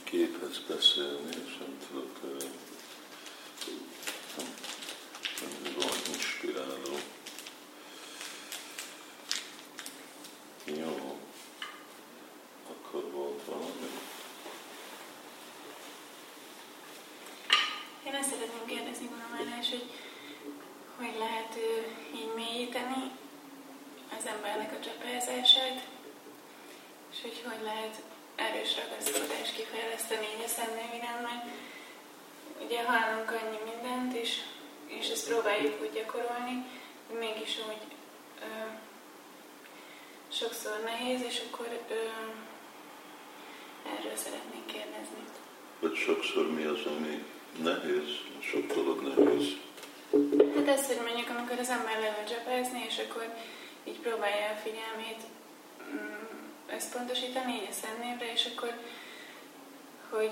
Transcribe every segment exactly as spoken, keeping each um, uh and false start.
képhez beszélni, és nem tudok, nem, nem van inspiráló. Jó, akkor volt valami. Én ezt szeretném kérdezni Gunamállás, hogy hogy lehet így mélyíteni az embernek a csapázását, és hogy hogy lehet erős ragaszkodást kifejleszteni így a Szentnővéremben. Ugye hallunk annyi mindent, és, és ezt próbáljuk úgy gyakorolni, hogy mégis úgy ö, sokszor nehéz, és akkor ö, erről szeretnék kérdezni. Vagy sokszor mi az, ami nehéz? Sok dolog nehéz. Hát ez, hogy mondjuk, amikor az ember leül csapázni, és akkor így próbálja a figyelmét összpontosítani így a Szentnévre, és akkor, hogy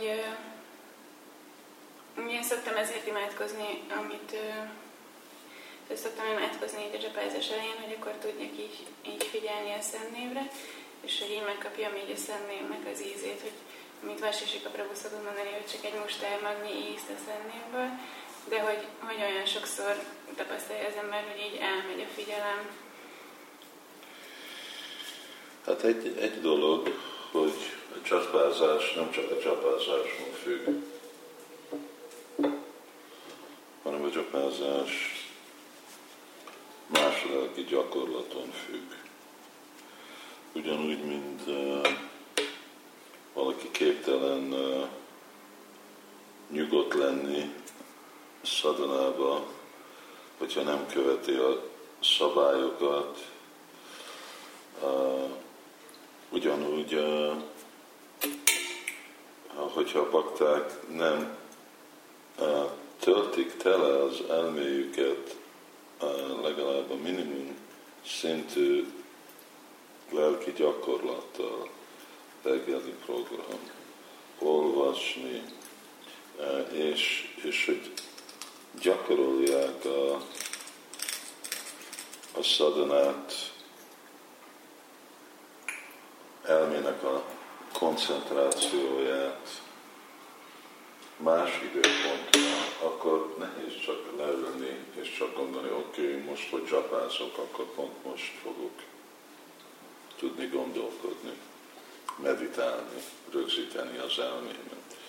uh, én szoktam ezért imádkozni, amit uh, szoktam imádkozni így a csapázás elején, hogy akkor tudjak így, így figyelni a Szentnévre, és hogy így megkapjam így a Szentnévnek az ízét, hogy amit Vasisika Prabhu szokott mondani, hogy csak egy mustármagnyi ízt a Szentnévből, de hogy, hogy olyan sokszor tapasztalja az ember, hogy így elmegy a figyelem. Hát egy, egy dolog, hogy a csapázás nem csak a csapázáson függ, hanem a csapázás más lelki gyakorlaton függ. Ugyanúgy, mint uh, valaki képtelen uh, nyugodt lenni szadanába, hogyha nem követi a szabályokat, uh, ugyanúgy, uh, hogyha a bakták nem uh, töltik tele az elméjüket uh, legalább a minimum szintű lelki gyakorlattal, reggeli program, olvasni, uh, és, és hogy gyakorolják a, a szadanát, elmének a koncentrációját más időpontra, akkor nehéz csak leülni és csak gondolni, oké, okay, most, hogy csapázok, akkor pont most fogok tudni gondolkodni, meditálni, rögzíteni az elmémet.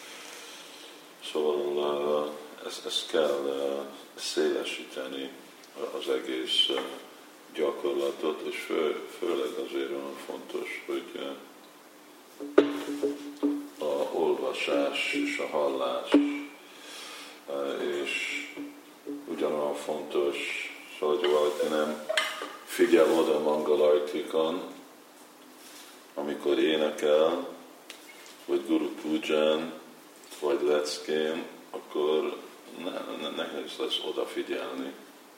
Szóval ezt, ezt kell szélesíteni az egész gyakorlatot, és fő, főleg azért olyan fontos, hogy a olvasás és a hallás, és ugyanolyan fontos, hogy valaki nem figyel oda Mangalajtikon, amikor énekel, vagy Guru Puján, vagy leckén, akkor ne, ne, nehéz lesz odafigyelni.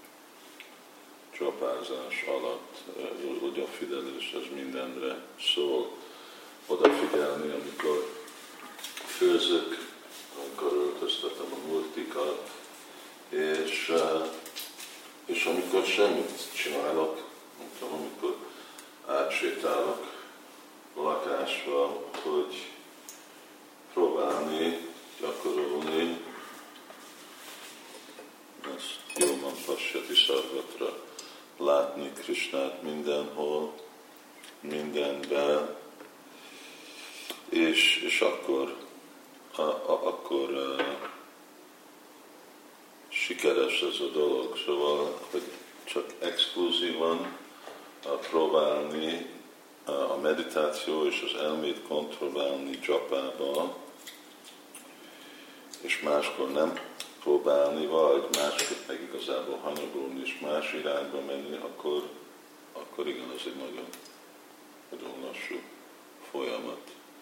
Csapázás alatt, odafigyelés, ez mindenre szól. Odafigyelni, amikor főzök, amikor öltöztetem a multikat, és, és amikor semmit csinálok, tudom, amikor átsétálok a lakásba, hogy próbálni, gyakorolni, ezt Jóman Pasyati Sarvatra, látni Krisnát mindenhol, mindenben, és, és akkor, a, a, akkor uh, sikeres ez a dolog. Szóval, hogy csak exkluzívan uh, próbálni uh, a meditáció és az elmét kontrollálni dzsapába, és máskor nem próbálni, vagy másképp meg igazából hanyagolni és más irányba menni, akkor, akkor igen, az egy nagyon, nagyon lassú folyamat.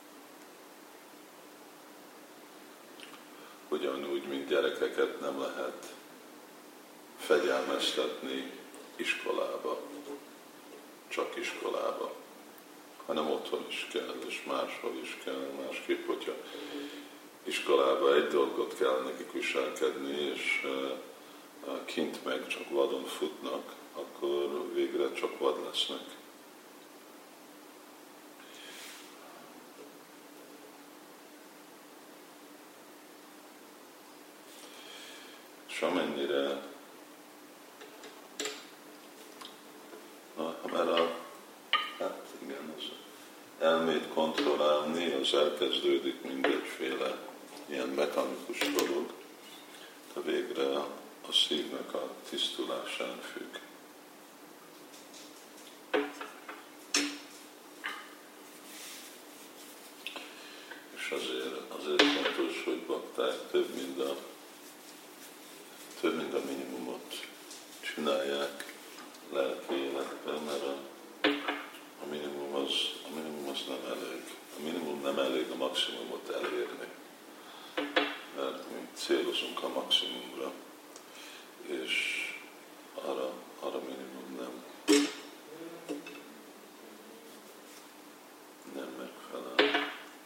Ugyanúgy, mint gyerekeket nem lehet fegyelmeztetni iskolába, csak iskolába, hanem otthon is kell, és máshol is kell, másképp, hogyha iskolába egy dolgot kell nekik viselkedni, és kint meg csak vadon futnak, akkor végre csak vad lesznek. és amennyire na, mert a, hát igen, az elmét kontrollálni, az elkezdődik mindegyféle ilyen mechanikus dolog, de végre a szívnek a tisztulásán függ. És azért, azért fontos, hogy bakták több mint a, több mint a minimumot csinálják lelki életben, mert a, a, minimum az, a minimum az nem elég. A minimum nem elég a maximumot elérni, mert mi célozunk a maximumra, és arra, arra minimum nem, nem megfelel.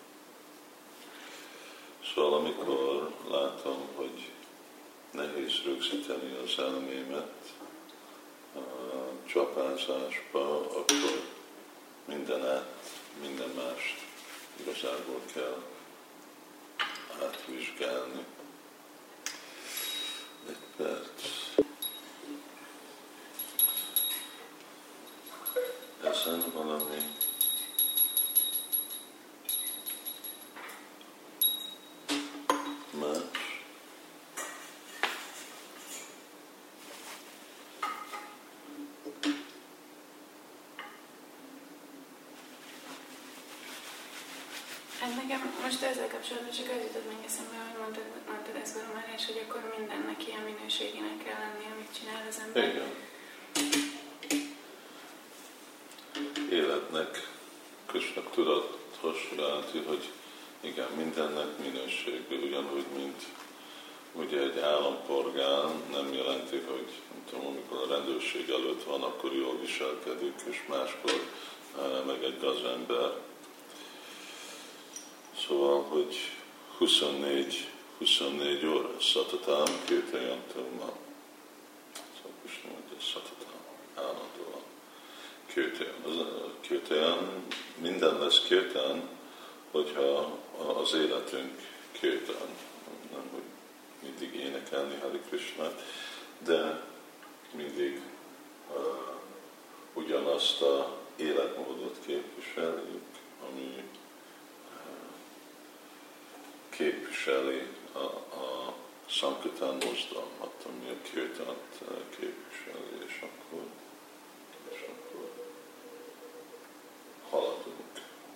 Szóval amikor látom, hogy nehéz rögzíteni az elmémet a csapázásba, akkor minden át, minden mást igazából kell átvizsgálni. Egy perc. Ezen valami más. Hát nekem most ezzel kapcsolatban csak az jutott meg eszembe, hogy mondtad, mondtad ezt Guru Maharaj, és hogy akkor mindennek ilyen minőségének kell lennie, amit csinál az ember. Igen. Életnek Krishna tudatos jelenti, hogy igen, mindennek minőségű, ugyanúgy, mint ugye egy állampolgár nem jelenti, hogy nem tudom, amikor a rendőrség előtt van, akkor jól viselkedik, és máskor meg egy gazember. Szóval, hogy huszonnégy, huszonnégy óra szatatám, kirtayantam. Szóval Krishna mondja, szatatám, állandóan. Kirtan, minden lesz kirtan, hogyha az életünk kirtan. Nem, hogy mindig énekelni Hare Krishnát, de mindig uh, ugyanazt a életmódot képviseljük, ami képviseli a, a Sankirtan mozdalmat, ami a kirtant képviseli, és akkor, és akkor haladunk.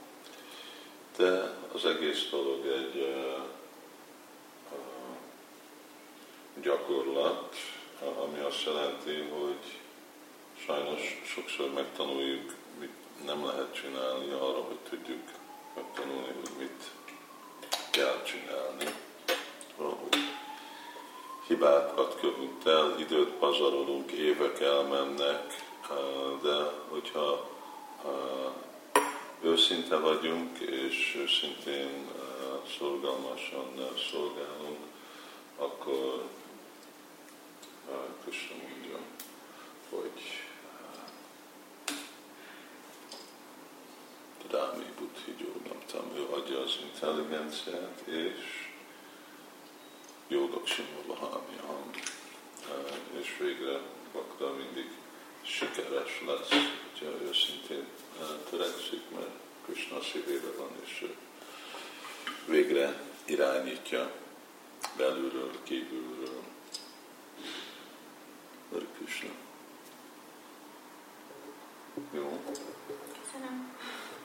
De az egész dolog egy uh, uh, gyakorlat, ami azt jelenti, hogy sajnos sokszor megtanuljuk, mit nem lehet csinálni arra, hogy tudjuk megtanulni, hogy mit kell csinálni. Hogy hibákat követünk el, időt pazarolunk, évek elmennek, de hogyha őszinte vagyunk, és őszintén szorgalmasan szolgálunk, akkor Krishna mondja, hogy Rámi Buddhi Gyógamtam, ő adja az intelligenciát, és Jogakshima Vahamyam, és végre bakta mindig sikeres lesz, hogyha őszintén törekszik, mert Krishna szívében van, és ő végre irányítja belülről, kívülről. Hare Krishna. Jó.